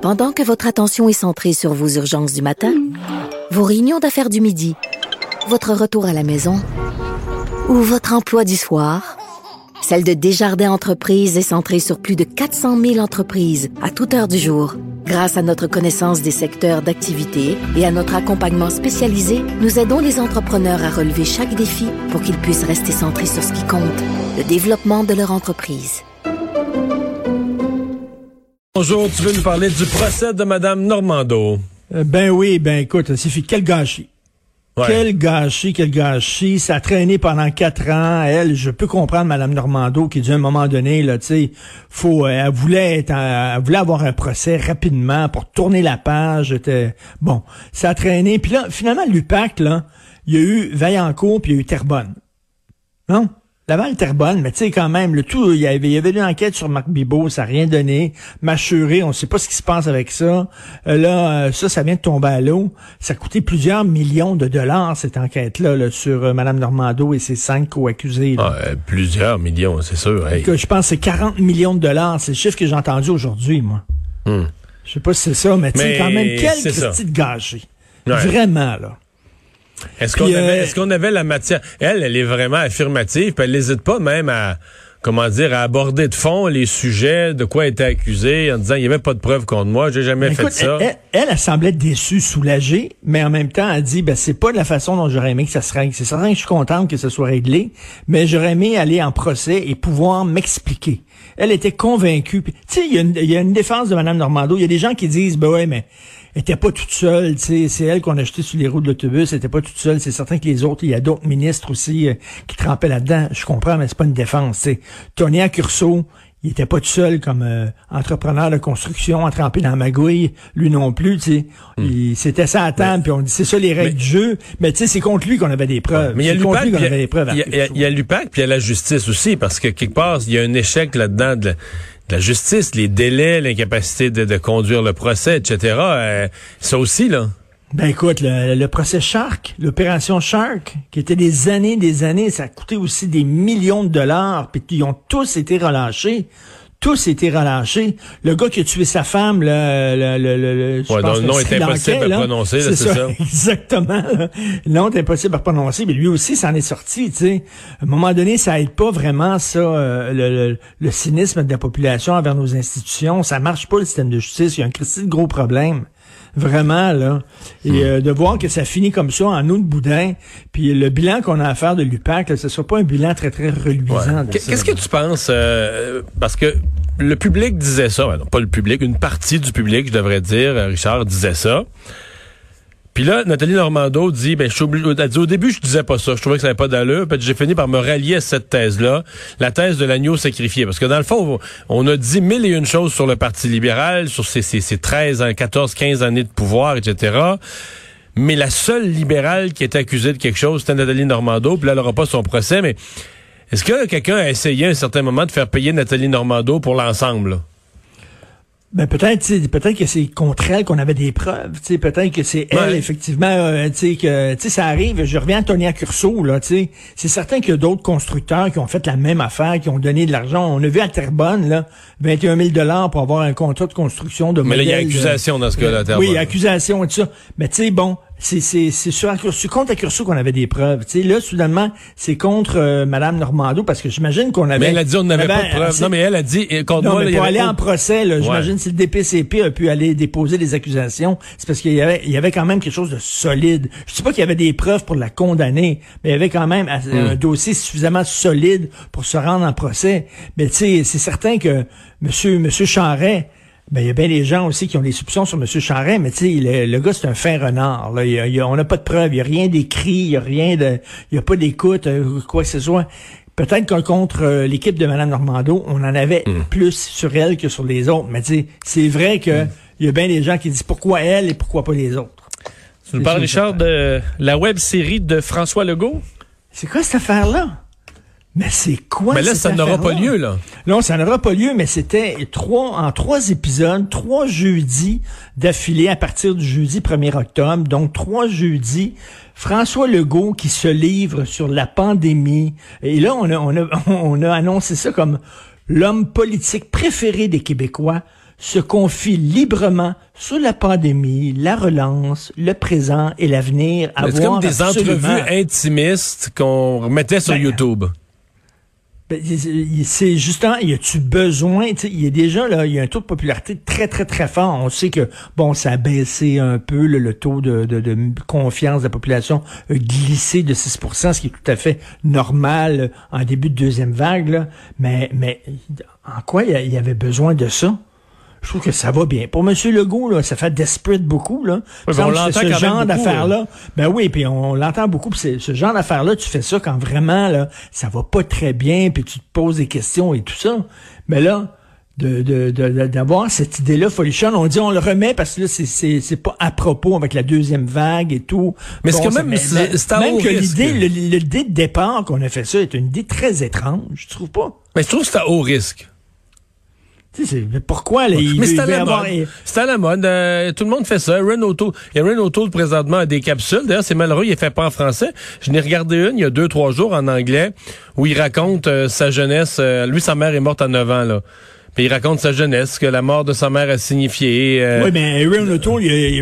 Pendant que votre attention est centrée sur vos urgences du matin, vos réunions d'affaires du midi, votre retour à la maison ou votre emploi du soir, celle de Desjardins Entreprises est centrée sur plus de 400 000 entreprises à toute heure du jour. Grâce à notre connaissance des secteurs d'activité et à notre accompagnement spécialisé, nous aidons les entrepreneurs à relever chaque défi pour qu'ils puissent rester centrés sur ce qui compte, le développement de leur entreprise. Bonjour, tu veux nous parler du procès de Mme Normando? Écoute, Sophie, quel gâchis. Ouais. Quel gâchis. Ça a traîné pendant 4 ans. Elle, je peux comprendre Mme Normando qui dit à un moment donné, là, tu sais, elle voulait avoir un procès rapidement pour tourner la page. Bon, ça a traîné. Puis là, finalement, l'UPAC, là, il y a eu Vaillancourt puis il y a eu Terrebonne. Non? Laval-Terrebonne, mais tu sais, quand même, le tout, il y avait une enquête sur Marc Bibot, ça n'a rien donné. Mâchuré, on ne sait pas ce qui se passe avec ça. Ça vient de tomber à l'eau. Ça a coûté plusieurs millions de dollars, cette enquête-là, là, sur Mme Normando et ses 5 co-accusés. Plusieurs millions, c'est sûr. Hey. Je pense que c'est 40 millions de dollars. C'est le chiffre que j'ai entendu aujourd'hui, moi. Je sais pas si c'est ça, mais tu sais, quand même, quel petit gâchis. Ouais. Vraiment, là. Est-ce qu'on avait la matière? Elle est vraiment affirmative, puis elle n'hésite pas même à aborder de fond les sujets, de quoi elle était accusée, en disant, il n'y avait pas de preuves contre moi, j'ai jamais fait ça. Elle semblait déçue, soulagée, mais en même temps, elle dit, c'est pas de la façon dont j'aurais aimé que ça se règle. C'est certain que je suis contente que ça soit réglé, mais j'aurais aimé aller en procès et pouvoir m'expliquer. Elle était convaincue. Tu sais, il y a une défense de Mme Normando. Il y a des gens qui disent, mais elle était pas toute seule, tu sais, c'est elle qu'on a jeté sur les roues de l'autobus, elle était pas toute seule, c'est certain que les autres, il y a d'autres ministres aussi qui trempaient là-dedans, je comprends, mais c'est pas une défense, tu sais. Tony Accurso, il était pas tout seul comme entrepreneur de construction, trempé dans la magouille, lui non plus, tu sais. C'était ça à table, puis on dit, c'est ça les règles du jeu, mais tu sais, c'est contre lui qu'on avait des preuves. Mais il y a l'UPAC, il y a l'UPAC, puis il y a la justice aussi, parce que quelque part, il y a un échec là-dedans de la justice, les délais, l'incapacité de conduire le procès, etc. Ça aussi, là. Écoute, le procès Shark, l'opération Shark, qui était des années, ça a coûté aussi des millions de dollars, puis ils ont tous été relâchés. Le gars qui a tué sa femme, dont le nom est impossible à prononcer, c'est ça. Exactement. Le nom est impossible à prononcer, mais lui aussi s'en est sorti, tu sais. À un moment donné, ça aide pas vraiment, ça, le cynisme de la population envers nos institutions. Ça marche pas, le système de justice. Il y a un gros problème. Vraiment, là. Et de voir que ça finit comme ça, en août de boudin, puis le bilan qu'on a à faire de l'UPAC, là, ce soit pas un bilan très, très reluisant. Ouais. Qu'est-ce que tu penses? Parce que le public disait ça. Non, pas le public, une partie du public, je devrais dire, Richard, disait ça. Puis là, Nathalie Normando dit, je suis obligé, elle dit, au début, je disais pas ça. Je trouvais que ça n'avait pas d'allure. Puis j'ai fini par me rallier à cette thèse-là, la thèse de l'agneau sacrifié. Parce que dans le fond, on a dit 1001 choses sur le Parti libéral, sur ses 13, 14, 15 années de pouvoir, etc. Mais la seule libérale qui est accusée de quelque chose, c'était Nathalie Normando. Puis là, elle n'aura pas son procès. Mais est-ce que quelqu'un a essayé à un certain moment de faire payer Nathalie Normando pour l'ensemble, là? Peut-être que c'est contre elle qu'on avait des preuves, peut-être que c'est elle, effectivement, ça arrive, je reviens à Tony Accurso, là, c'est certain qu'il y a d'autres constructeurs qui ont fait la même affaire, qui ont donné de l'argent. On a vu à Terrebonne, là, 21 000 $ pour avoir un contrat de construction de modèle. Mais là, il y a accusation dans ce cas-là, à Terrebonne. Oui, accusation et tout ça. Mais c'est sur contre Accurso qu'on avait des preuves. Là, soudainement, c'est contre Mme Normando, parce que j'imagine qu'on avait... Mais elle a dit on n'avait pas de preuves. Non, mais elle a dit... contre moi, mais pour aller en procès, là, j'imagine si le DPCP a pu aller déposer des accusations, c'est parce qu'il y avait quand même quelque chose de solide. Je sais pas qu'il y avait des preuves pour la condamner, mais il y avait quand même un dossier suffisamment solide pour se rendre en procès. Mais tu sais, c'est certain que Monsieur Charest, il y a bien des gens aussi qui ont des soupçons sur M. Charest, mais tu sais, le gars, c'est un fin renard. Là. On n'a pas de preuves, il n'y a rien d'écrit, il n'y a pas d'écoute, quoi que ce soit. Peut-être que contre l'équipe de Mme Normando, on en avait plus sur elle que sur les autres. Mais tu sais, c'est vrai que il y a bien des gens qui disent pourquoi elle et pourquoi pas les autres. Tu nous parles, Richard, de la web-série de François Legault? C'est quoi cette affaire-là? Mais c'est quoi? Mais là, ça n'aura pas lieu, là. Non, ça n'aura pas lieu, mais c'était en 3 épisodes, 3 jeudis d'affilée à partir du jeudi 1er octobre. Donc, 3 jeudis. François Legault qui se livre sur la pandémie. Et là, on a annoncé ça comme l'homme politique préféré des Québécois. se confie librement sur la pandémie, la relance, le présent et l'avenir. C'est comme des entrevues intimistes qu'on remettait sur YouTube. C'est justement, y a-tu besoin, il y a déjà, là, il y a un taux de popularité très, très, très fort. On sait que, bon, ça a baissé un peu, le taux de confiance de la population a glissé de 6%, ce qui est tout à fait normal en début de deuxième vague, là. Mais en quoi il y avait besoin de ça? Je trouve que ça va bien. Pour M. Legault, là, ça fait desperate beaucoup, là. Oui, on l'entend ce quand genre même d'affaires-là. Ben oui, puis on l'entend beaucoup. Puis ce genre d'affaires-là, tu fais ça quand vraiment, là, ça va pas très bien, puis tu te poses des questions et tout ça. Mais là, d'avoir cette idée-là folichonne, on dit on le remet parce que là, c'est pas à propos avec la deuxième vague et tout. Mais bon, c'est quand même, c'est à même haut que risque. l'idée de départ qu'on a fait ça est une idée très étrange, tu trouves pas? Mais je trouve que c'est à haut risque. Pourquoi là, mais c'est à la mode. C'est à la mode. Tout le monde fait ça. Il y a Ren O'Toole présentement à des capsules. D'ailleurs, c'est malheureux, il est fait pas en français. Je n'ai regardé une il y a 2-3 jours en anglais où il raconte sa jeunesse. Lui, sa mère est morte à 9 ans, là. Puis il raconte sa jeunesse, que la mort de sa mère a signifié... Oui, mais Ren O'Toole,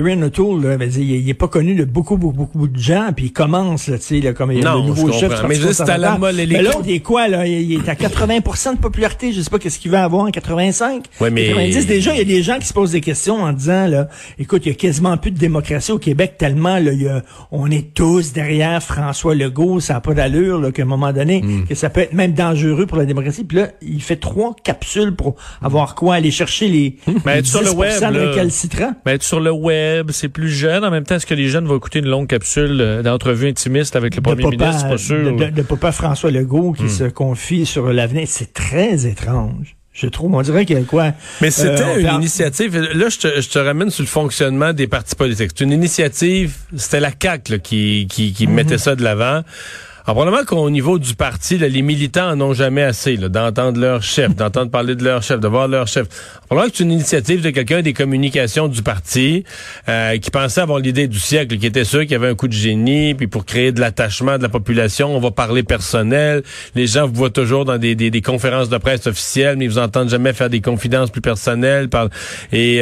il est pas connu de beaucoup de gens, puis il commence, là, tu sais, là, comme il y a le nouveau chef. Mais juste à la molle mais l'autre, il est quoi, là? Il est à 80% de popularité. Je sais pas qu'est-ce qu'il va avoir en 85. Oui, mais... 90, déjà, il y a des gens qui se posent des questions en disant, là, écoute, il y a quasiment plus de démocratie au Québec tellement, là, on est tous derrière François Legault, ça n'a pas d'allure, là, qu'à un moment donné, que ça peut être même dangereux pour la démocratie. Puis là, il fait 3 capsules pour avoir quoi? Aller chercher les 10% sur le web, de récalcitrants? Mais être sur le web, c'est plus jeune. En même temps, est-ce que les jeunes vont écouter une longue capsule d'entrevue intimiste avec le premier ministre? C'est pas sûr. De papa François Legault qui se confie sur l'avenir. C'est très étrange. Je trouve, on dirait qu'il y a quoi? Mais c'était une initiative. Là, je te ramène sur le fonctionnement des partis politiques. C'est une initiative, c'était la CAQ là, qui mettait ça de l'avant. Alors, probablement qu'au niveau du parti, là, les militants en ont jamais assez là, d'entendre leur chef, d'entendre parler de leur chef, de voir leur chef. Probablement que c'est une initiative de quelqu'un des communications du parti qui pensait avoir l'idée du siècle, qui était sûr qu'il y avait un coup de génie, puis pour créer de l'attachement de la population, on va parler personnel. Les gens vous voient toujours dans des conférences de presse officielles, mais ils vous entendent jamais faire des confidences plus personnelles. Et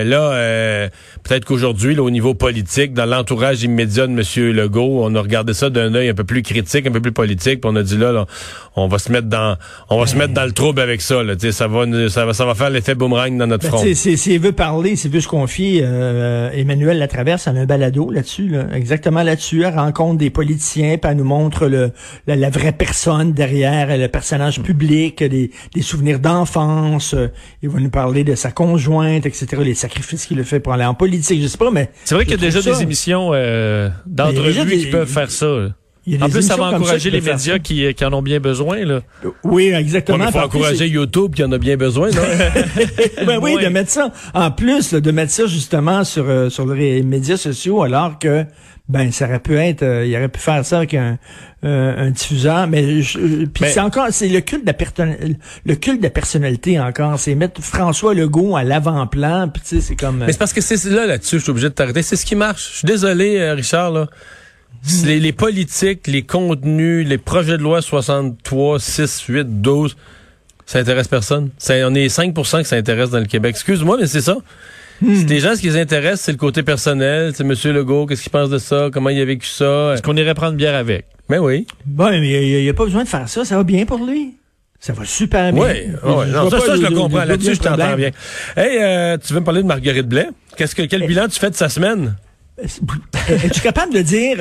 là, peut-être qu'aujourd'hui, là, au niveau politique, dans l'entourage immédiat de M. Legault, on a regardé ça d'un œil un peu plus critique, un peu plus politique, puis on a dit là, on va se mettre dans le trouble avec ça, là, tu sais, ça va faire l'effet boomerang dans notre front. S'il veut parler, s'il veut se confier, Emmanuel Latraverse, elle a un balado là-dessus, là, exactement là-dessus, elle rencontre des politiciens, puis elle nous montre la vraie personne derrière, le personnage public, des souvenirs d'enfance, il va nous parler de sa conjointe, etc., les sacrifices qu'il a fait pour aller en politique, je sais pas, mais... C'est vrai qu'il y a déjà des émissions d'entrevues qui peuvent faire ça, là. En plus, ça va encourager les médias qui en ont bien besoin, là. Oui, exactement. Il faut encourager YouTube qui en a bien besoin, là. Ben oui, de mettre ça, en plus, de mettre ça justement sur les médias sociaux, alors que, ça aurait pu être, il aurait pu faire ça avec un diffuseur, mais c'est le culte de la personnalité encore, c'est mettre François Legault à l'avant-plan, puis tu sais, c'est comme... Mais c'est parce que c'est là-dessus, je suis obligé de t'arrêter, c'est ce qui marche. Je suis désolé, Richard, là. Les politiques, les contenus, les projets de loi 63, 6, 8, 12, ça intéresse personne. On est 5% que ça intéresse dans le Québec. Excuse-moi, mais c'est ça. Les gens, ce qui les intéresse, c'est le côté personnel. C'est M. Legault, qu'est-ce qu'il pense de ça? Comment il a vécu ça? Est-ce qu'on irait prendre bière avec? Ben oui. Bon, mais il n'y a pas besoin de faire ça. Ça va bien pour lui. Ça va super bien. Oui, non, ça, je le comprends. Là-dessus, je t'entends bien. Hey, tu veux me parler de Marguerite Blais? Quel bilan tu fais de sa semaine? Es-tu capable de dire,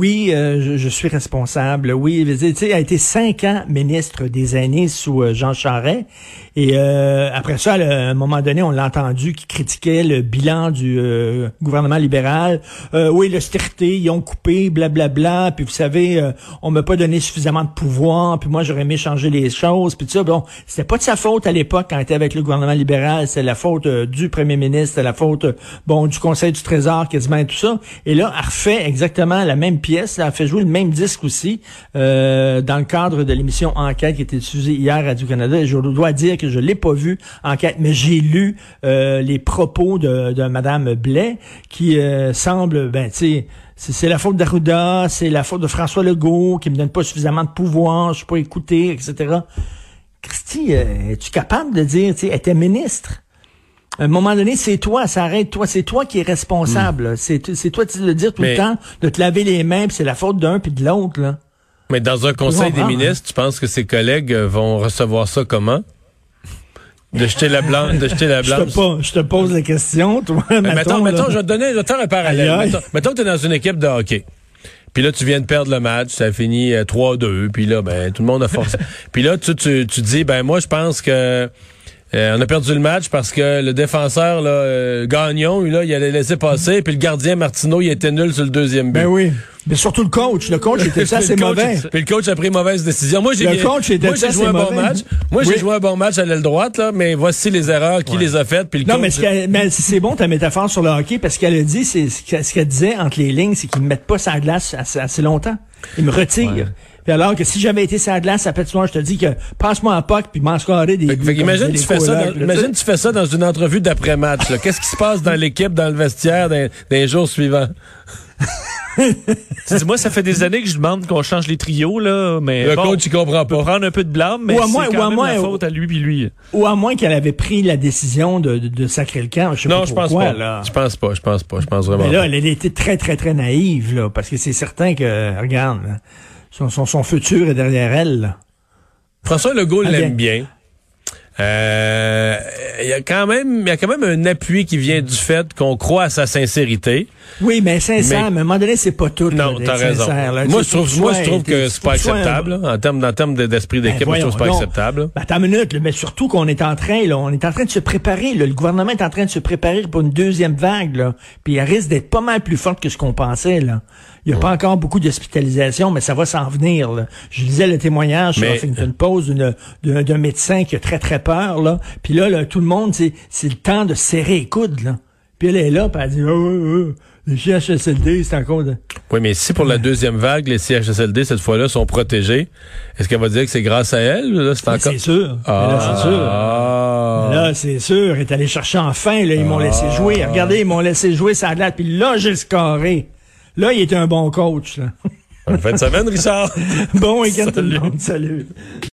je suis responsable, oui, tu sais, a été 5 ans ministre des Aînés sous Jean Charest, et après ça, à un moment donné, on l'a entendu qui critiquait le bilan du gouvernement libéral. Oui, l'austérité, ils ont coupé, blablabla, puis vous savez, on m'a pas donné suffisamment de pouvoir, puis moi, j'aurais aimé changer les choses, puis tout ça. Bon, c'était pas de sa faute à l'époque quand il était avec le gouvernement libéral, c'est la faute du premier ministre, c'est la faute, du Conseil du Trésor, quasiment tout ça. Et là, elle refait exactement la même pièce. Elle a fait jouer le même disque aussi dans le cadre de l'émission Enquête qui a été diffusée hier à Radio-Canada. Et je dois dire que je l'ai pas vu, Enquête, mais j'ai lu les propos de Madame Blais qui semble, tu sais, c'est la faute d'Arruda, c'est la faute de François Legault qui me donne pas suffisamment de pouvoir, je suis pas écouté, etc. Christy, es-tu capable de dire, tu sais, elle était ministre? À un moment donné, c'est toi, ça arrête toi, c'est toi qui es responsable. C'est toi de le dire tout le temps, de te laver les mains, puis c'est la faute d'un puis de l'autre, là. Mais dans un conseil des ministres, tu penses que ses collègues vont recevoir ça comment? De jeter la blanche. Je te pose la question, toi. Mettons, je vais te faire un parallèle. Mettons que tu es dans une équipe de hockey. Puis là, tu viens de perdre le match, ça a fini 3-2, puis là, ben, tout le monde a forcé. Puis là, tu dis, ben, moi, je pense que on a perdu le match parce que le défenseur, là, Gagnon, là, il allait laisser passer, puis le gardien Martineau, il était nul sur le deuxième but. Ben oui. Mais surtout le coach. Le coach était ça, c'est mauvais. Puis le coach a pris une mauvaise décision. Moi, j'ai joué un bon match. Moi, j'ai joué un bon match à l'aile droite, là, mais voici les erreurs, qui les a faites, puis le coach... mais c'est bon ta métaphore sur le hockey, parce qu'elle a dit, ce qu'elle disait entre les lignes, c'est qu'ils me mettent pas sa glace assez longtemps. Ils me retirent. Ouais. Puis alors que si j'avais été sur la glace à Petitnoir, je te dis que passe-moi en puck puis m'en scorer des... Imagine tu fais ça dans une entrevue d'après-match. Là. Qu'est-ce qui se passe dans l'équipe, dans le vestiaire, dans les jours suivants? Moi, ça fait des années que je demande qu'on change les trios, là, mais le coach, il comprend pas. Prendre un peu de blâme, mais c'est quand même la faute à lui puis lui. Ou à moins qu'elle avait pris la décision de sacrer le camp. Je pense pas. Je pense vraiment mais là, pas. Elle était très, très, très naïve, là, parce que c'est certain que, regarde, son futur est derrière elle, là. François Legault l'aime bien. Il y a quand même un appui qui vient du fait qu'on croit à sa sincérité. Oui, mais sincère, mais à un moment donné, c'est pas tout. Non, t'as raison. Là. Moi, je trouve que c'est pas acceptable. En termes d'esprit d'équipe, je trouve que c'est pas acceptable. Attends une minute, mais surtout qu'on est en train de se préparer. Là. Le gouvernement est en train de se préparer pour une deuxième vague. Là. Puis elle risque d'être pas mal plus forte que ce qu'on pensait. Là. Il n'y a pas encore beaucoup d'hospitalisation, mais ça va s'en venir. Là. Je lisais le témoignage sur Huffington Post d'un médecin qui a très, très peur. Là. Puis là, tout le monde, c'est le temps de serrer les coudes. Là. Puis elle est là, puis elle dit les CHSLD, c'est encore... Oui, mais si pour la deuxième vague, les CHSLD, cette fois-là, sont protégés, est-ce qu'elle va dire que c'est grâce à elle? Là, c'est sûr. Là, c'est sûr. Là, c'est sûr. Elle est allée chercher enfin. Là, ils m'ont laissé jouer. Regardez, ils m'ont laissé jouer ça glace. Puis là, j'ai scoré. Là, il était un bon coach. Là. Bonne fin de semaine, Richard. Bon week-end tout le monde. Salut.